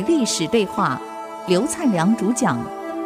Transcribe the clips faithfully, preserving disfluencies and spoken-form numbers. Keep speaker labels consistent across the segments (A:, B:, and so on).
A: 历史对话，刘灿良主讲。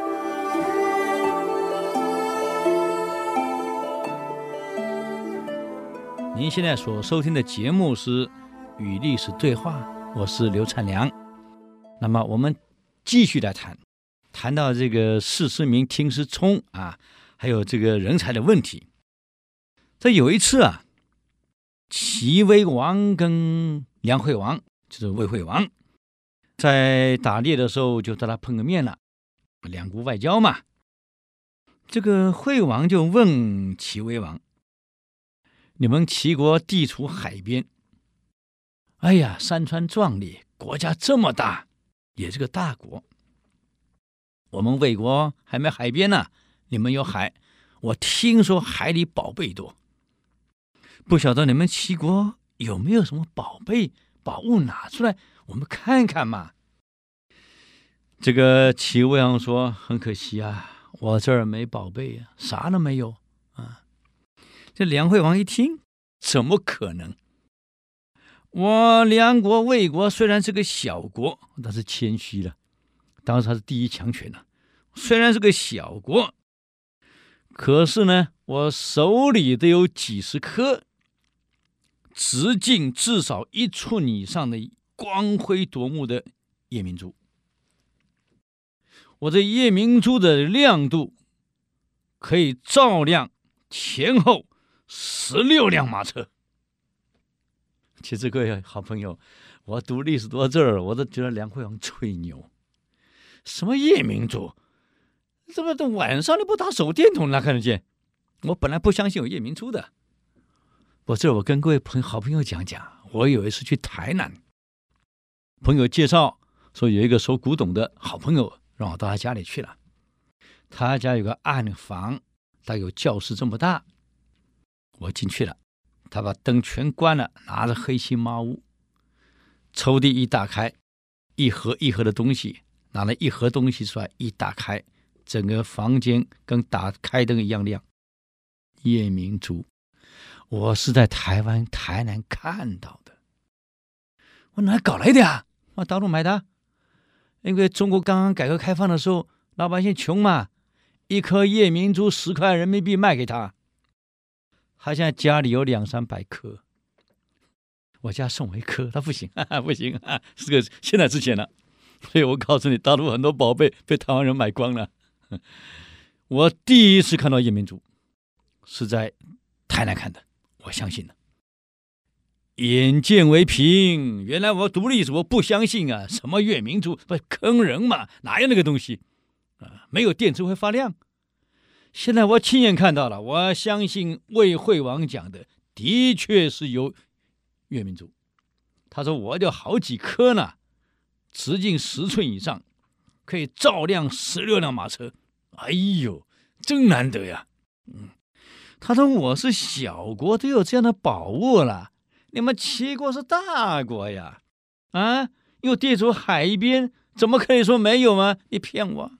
B: 您现在所收听的节目是《与历史对话》，我是刘灿良。那么我们继续来谈，谈到这个士思明、听思聪啊，还有这个人才的问题。这有一次啊，齐威王跟梁惠王，就是魏惠王，在打猎的时候就和他碰个面了，两国外交嘛。这个惠王就问齐威王，你们齐国地处海边，哎呀，山川壮丽，国家这么大，也是个大国。我们魏国还没海边呢，你们有海，我听说海里宝贝多，不晓得你们齐国有没有什么宝贝宝物拿出来我们看看嘛。这个齐威王说，很可惜啊，我这儿没宝贝啊，啥都没有啊。这梁惠王一听，怎么可能？我梁国魏国虽然是个小国，但是谦虚了，当时他是第一强权了。虽然是个小国，可是呢，我手里都有几十颗直径至少一寸以上的光辉夺目的夜明珠。我这夜明珠的亮度可以照亮前后十六辆马车。其实各位好朋友，我读历史读到这儿，我都觉得梁惠王吹牛。什么夜明珠？这么晚上你不打手电筒哪看得见？我本来不相信有夜明珠的。我这我跟各位朋友好朋友讲讲，我有一次去台南，朋友介绍说有一个收古董的好朋友，让我到他家里去了。他家有个暗房，大概有教室这么大。我进去了，他把灯全关了，拿着黑漆抹屋，抽屉一打开，一盒一盒的东西，拿了一盒东西出来，一打开，整个房间跟打开灯一样亮。夜明珠，我是在台湾台南看到的。我哪搞来的呀？我大陆买的。因为中国刚刚改革开放的时候，老百姓穷嘛，一颗夜明珠十块人民币卖给他，他现在家里有两三百颗，我家送我一颗，他不行，哈哈不行，哈哈是个现在之前了。所以我告诉你，大陆很多宝贝被台湾人买光了。我第一次看到夜明珠是在台南看的，我相信了。眼见为凭，原来我读历史我不相信啊，什么夜明珠不坑人嘛，哪有那个东西啊？没有电池会发亮。现在我亲眼看到了，我相信魏惠王讲的的确是有夜明珠。他说我有好几颗呢，直径十寸以上，可以照亮十六辆马车。哎呦，真难得呀！嗯，他说我是小国，都有这样的宝物了。你们齐国是大国呀，啊，又地处海边，怎么可以说没有吗？你骗我！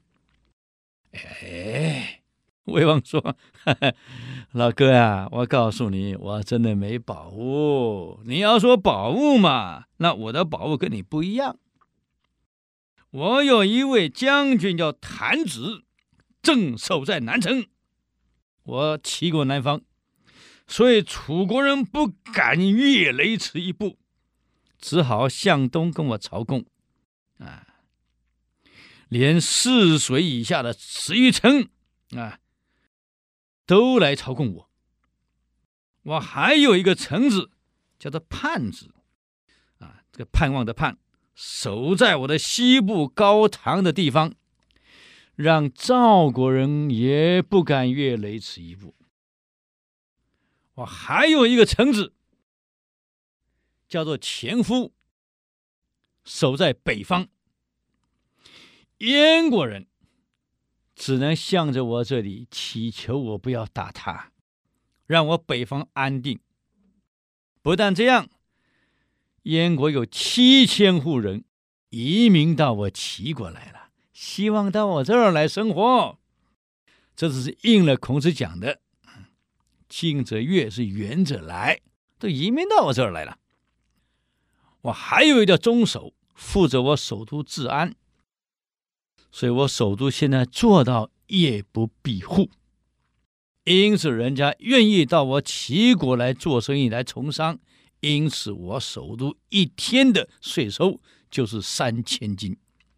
B: 哎，魏王说，呵呵，老哥呀，我告诉你，我真的没宝物。你要说宝物嘛，那我的宝物跟你不一样。我有一位将军叫谭子，正守在南城，我齐国南方。所以楚国人不敢越雷池一步，只好向东跟我朝贡啊，连泗水以下的十余城啊，都来朝贡我。我还有一个臣子叫做盼子啊，这个盼望的盼，守在我的西部高唐的地方，让赵国人也不敢越雷池一步。我还有一个臣子叫做前夫，守在北方，燕国人只能向着我这里祈求我不要打他，让我北方安定。不但这样，燕国有七千户人移民到我齐国来了，希望到我这儿来生活。这只是应了孔子讲的，近者悦是远者来，都移民到我这儿来了。我还有一个叫中守， 负责我首都治安，所以我首都现在做到夜不闭户，因此人家愿意到我齐国来做生意来从商，因此我首都一天的税收就是三千金。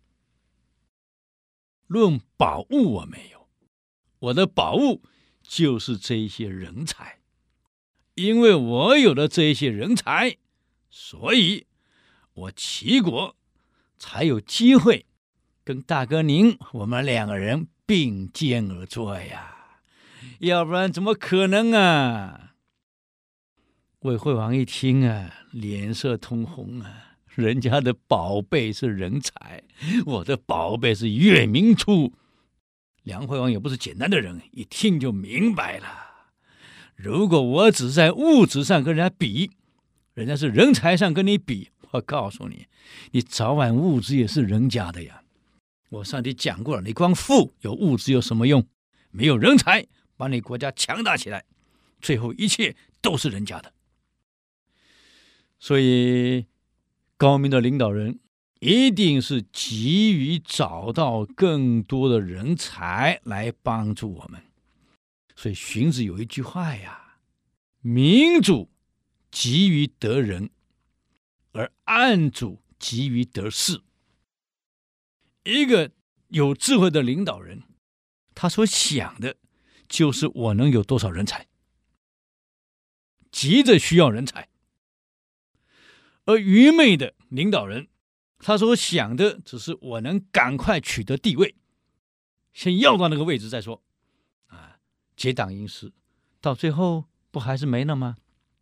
B: 论宝物我没有，我的宝物就是这一些人才，因为我有了这一些人才，所以我齐国才有机会跟大哥您我们两个人并肩而坐呀，要不然怎么可能啊？魏惠王一听啊，脸色通红啊，人家的宝贝是人才，我的宝贝是月明处。梁惠王也不是简单的人，一听就明白了，如果我只在物质上跟人家比，人家是人才上跟你比，我告诉你，你早晚物质也是人家的呀。我上次讲过了，你光富有物质有什么用？没有人才把你国家强大起来，最后一切都是人家的。所以高明的领导人一定是急于找到更多的人才来帮助我们。所以荀子有一句话呀，明主急于得人，而暗主急于得事。一个有智慧的领导人，他所想的就是我能有多少人才，急着需要人才。而愚昧的领导人，他所想的只是我能赶快取得地位，先要到那个位置再说啊，结党营私，到最后不还是没了吗？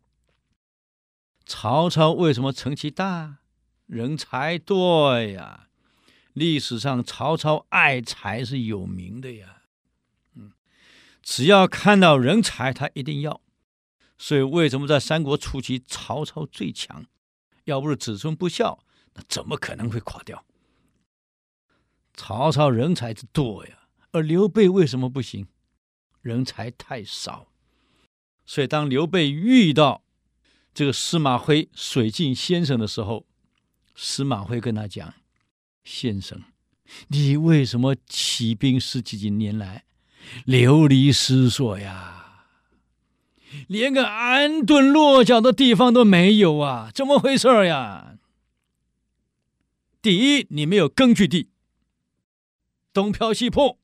B: 曹操为什么成其大？人才多呀，历史上曹操爱才是有名的呀。嗯，只要看到人才他一定要。所以为什么在三国初期曹操最强？要不是子孙不孝，那怎么可能会垮掉？曹操人才之多呀，而刘备为什么不行？人才太少。所以当刘备遇到这个司马徽水镜先生的时候，司马徽跟他讲，先生，你为什么起兵十几几年来流离失所呀？连个安顿落脚的地方都没有啊，怎么回事呀？第一，你没有根据地，东飘西破。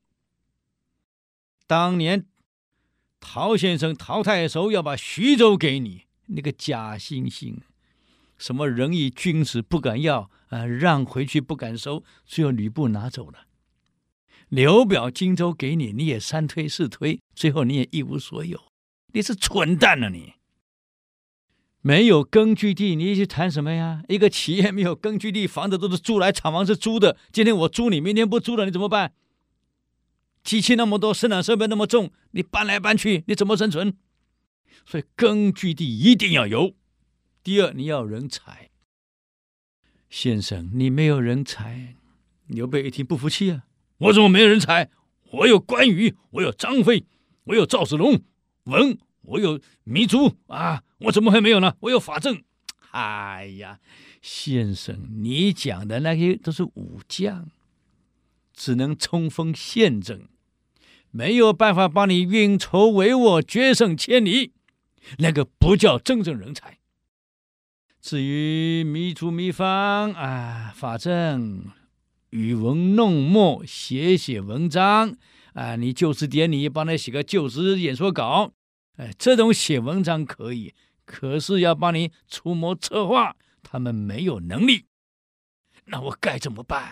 B: 当年陶先生陶太守要把徐州给你，那个假惺惺，什么仁义君子不敢要、呃、让回去不敢收，最后吕布拿走了。刘表荆州给你，你也三推四推，最后你也一无所有。你是蠢蛋啊你！没有根据地，你去谈什么呀？一个企业没有根据地，房子都是租来，厂房是租的。今天我租你，明天不租了，你怎么办？机器那么多，生产设备那么重，你搬来搬去，你怎么生存？所以根据地一定要有。第二，你要有人才。先生，你没有人才。刘备一听不服气啊，我怎么没有人才？我有关羽，我有张飞，我有赵子龙。文，我有糜竺啊，我怎么会没有呢？我有法正。哎呀，先生，你讲的那些都是武将，只能冲锋陷阵，没有办法帮你运筹帷幄、决胜千里，那个不叫真正人才。至于糜竺、糜芳啊，法正，语文弄墨，写写文章啊，你就职典礼帮他写个就职演说稿。哎，这种写文章可以，可是要帮你出谋策划，他们没有能力，那我该怎么办？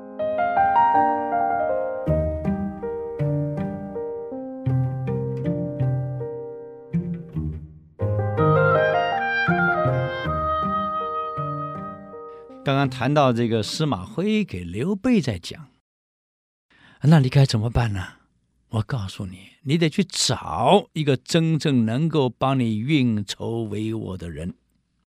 B: 刚刚谈到这个司马徽给刘备在讲，那你该怎么办呢？我告诉你，你得去找一个真正能够帮你运筹帷幄的人。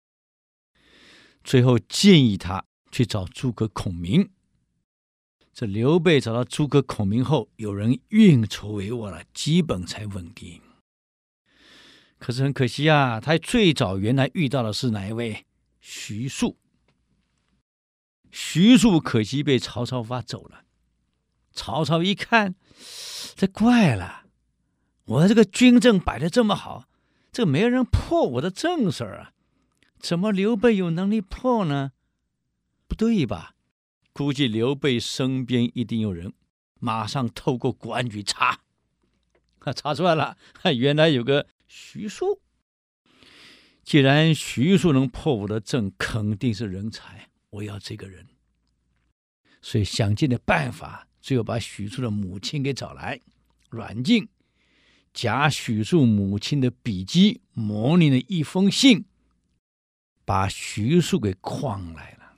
B: 最后建议他去找诸葛孔明。这刘备找到诸葛孔明后，有人运筹帷幄了，基本才稳定。可是很可惜啊，他最早原来遇到的是哪一位？徐庶。 徐庶可惜被曹操挖走了。曹操一看，这怪了，我这个军政摆得这么好，这没人破我的正事啊，怎么刘备有能力破呢？不对吧？估计刘备身边一定有人，马上透过国安局查，查出来了，原来有个徐庶。既然徐庶能破我的阵，肯定是人才，我要这个人。所以想尽的办法，只有把许庶的母亲给找来，阮敬夹许庶母亲的笔迹，模拟了一封信，把徐庶给诓来了。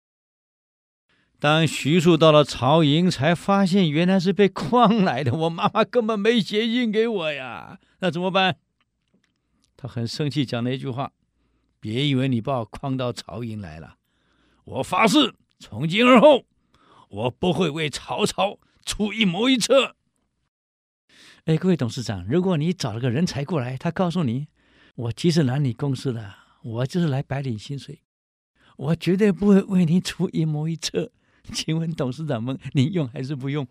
B: 当徐庶到了曹营，才发现原来是被诓来的，我妈妈根本没写信给我呀，那怎么办？他很生气，讲了一句话：别以为你把我诓到曹营来了，我发誓从今而后我不会为曹操出一谋一策。哎，各位董事长，如果你找了个人才过来，他告诉你我即是南里公司的，我就是来白领薪水，我绝对不会为你出一谋一策，请问董事长们，你用还是不用？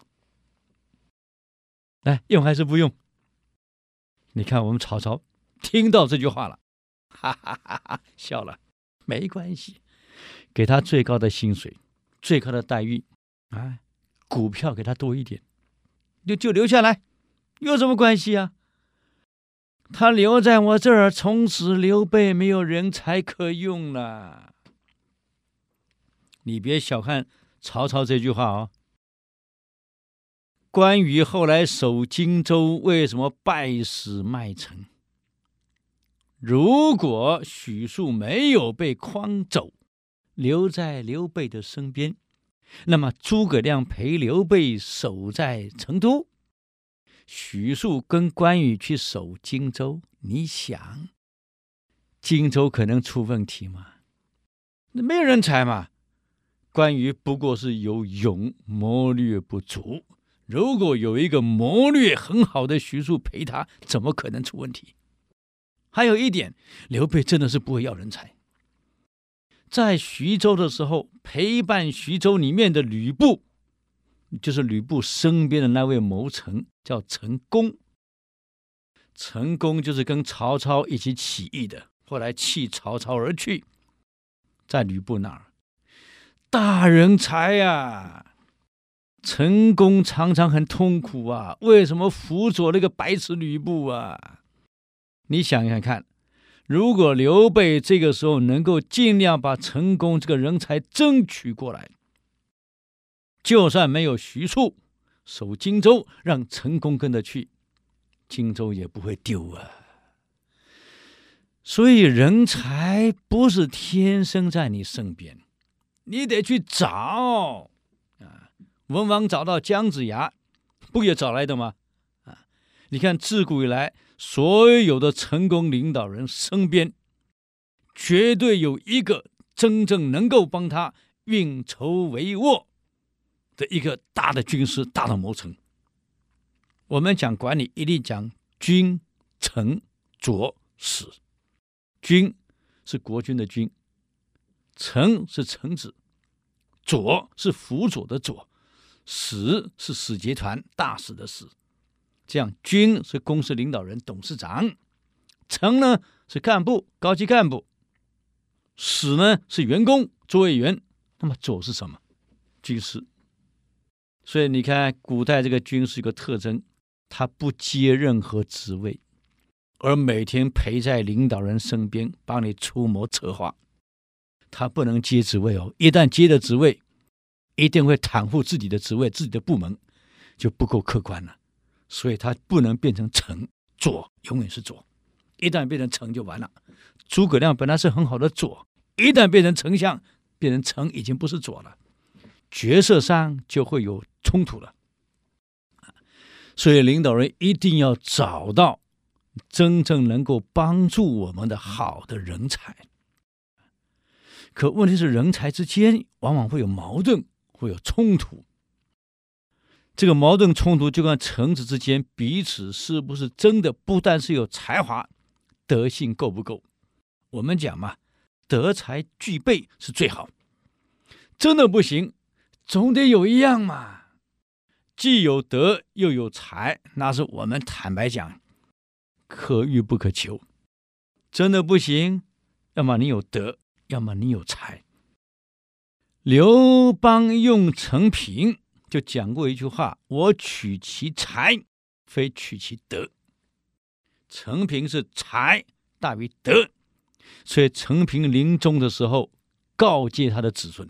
B: 来，用还是不用？你看我们曹操听到这句话了，哈哈哈哈，笑了。没关系，给他最高的薪水，最高的待遇，啊，股票给他多一点，就就留下来，有什么关系啊？他留在我这儿，从此刘备没有人才可用了。你别小看曹操这句话哦。关羽后来守荆州，为什么败死麦城？如果许庶没有被诓走，留在刘备的身边，那么诸葛亮陪刘备守在成都，许庶跟关羽去守荆州，你想荆州可能出问题吗？那没有人才嘛。关羽不过是有勇，谋略不足，如果有一个谋略很好的许庶陪他，怎么可能出问题？还有一点，刘备真的是不会要人才。在徐州的时候，陪伴徐州里面的吕布，就是吕布身边的那位谋臣，叫陈宫。陈宫就是跟曹操一起起义的，后来弃曹操而去，在吕布那儿，大人才啊！陈宫常常很痛苦啊，为什么辅佐那个白痴吕布啊？你想想看，如果刘备这个时候能够尽量把陈宫这个人才争取过来，就算没有徐庶守荆州，让陈宫跟着去，荆州也不会丢啊。所以人才不是天生在你身边，你得去找啊。文王找到姜子牙，不也找来的吗？啊，你看自古以来，所有的成功领导人身边，绝对有一个真正能够帮他运筹帷幄的一个大的军师、大的谋臣。我们讲管理，一定讲君、臣、佐、使。君是国君的君，臣是臣子，佐是辅佐的佐，使是使节团大使的使。这样，君是公司领导人董事长，臣呢是干部高级干部，使呢是员工作业员，那么佐是什么？军师。所以你看古代这个军师有个特征，他不接任何职位，而每天陪在领导人身边帮你出谋策划。他不能接职位哦，一旦接了职位，一定会袒护自己的职位，自己的部门就不够客观了。所以他不能变成臣，佐永远是佐，一旦变成臣就完了。诸葛亮本来是很好的佐，一旦变成丞相，变成臣已经不是佐了，角色上就会有冲突了。所以领导人一定要找到真正能够帮助我们的好的人才。可问题是，人才之间往往会有矛盾，会有冲突。这个矛盾冲突就跟臣子之间彼此是不是真的不但是有才华，德性够不够。我们讲嘛，德才具备是最好， 真的不行，总得有一样嘛。既有德又有才，那是我们坦白讲，可遇不可求。真的不行，要么你有德，要么你有才。刘邦用陈平就讲过一句话：我取其才，非取其德。陈平是才大于德，所以陈平临终的时候告诫他的子孙：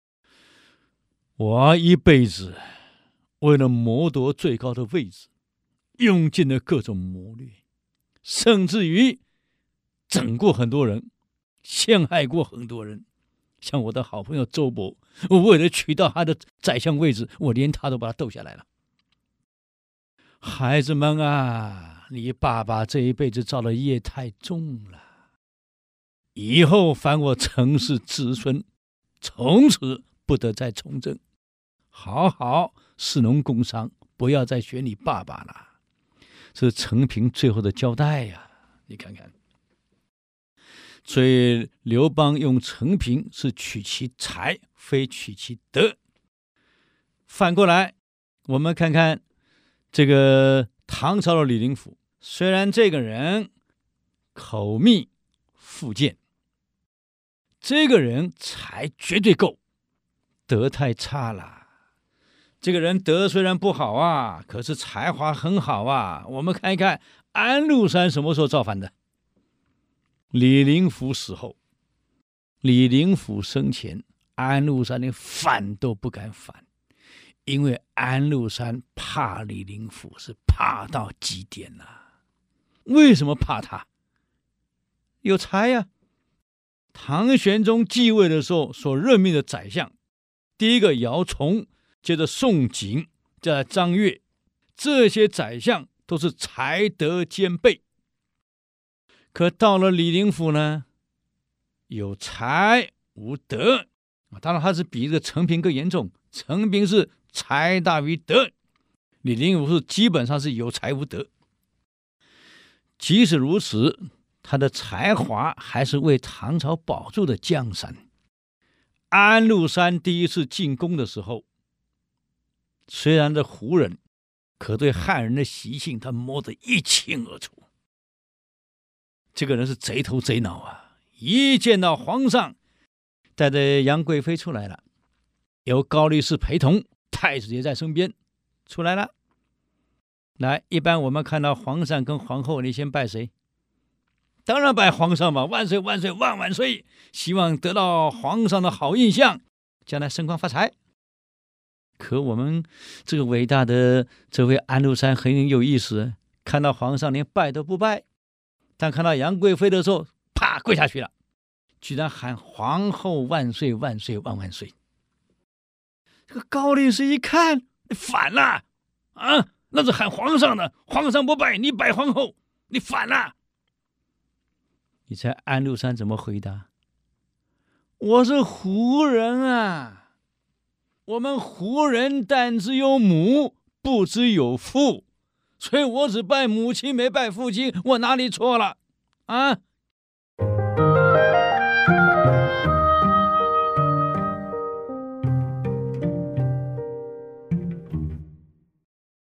B: 我一辈子为了谋夺最高的位置，用尽了各种谋略，甚至于整过很多人，陷害过很多人。像我的好朋友周勃，我为了取到他的宰相位置，我连他都把他斗下来了。孩子们啊，你爸爸这一辈子造的业太重了，以后凡我陈氏子孙，从此不得再从政，好好士农工商，不要再学你爸爸了。这是陈平最后的交代呀、啊，你看看。所以刘邦用陈平是取其才，非取其德。反过来，我们看看这个唐朝的李林甫，虽然这个人口蜜腹剑，这个人才绝对够，德太差了。这个人德虽然不好啊，可是才华很好啊。我们看一看安禄山什么时候造反的？李林甫死后，李林甫生前，安禄山连反都不敢反，因为安禄山怕李林甫是怕到极点了、啊。为什么怕他？有才呀、啊！唐玄宗继位的时候所任命的宰相，第一个姚崇，接着宋璟，再来张悦，这些宰相都是才德兼备。可到了李林甫呢，有才无德，当然他是比这个陈平更严重。陈平是才大于德，李林甫是基本上是有才无德。即使如此，他的才华还是为唐朝保住的江山。安禄山第一次进宫的时候，虽然是胡人，可对汉人的习性他摸得一清二楚。这个人是贼头贼脑啊！一见到皇上带着杨贵妃出来了，由高力士陪同，太子也在身边出来了。来，一般我们看到皇上跟皇后，你先拜谁？当然拜皇上嘛，万岁万岁万万岁！希望得到皇上的好印象，将来升官发财。可我们这个伟大的这位安禄山很有意思，看到皇上连拜都不拜。但看到杨贵妃的时候，啪跪下去了，居然喊皇后万岁万岁万万岁。这个高力士一看，反了啊！那是喊皇上的，皇上不拜，你拜皇后，你反了。你猜安禄山怎么回答？我是胡人啊，我们胡人但知有母，不知有父。所以我只拜母亲没拜父亲，我哪里错了啊？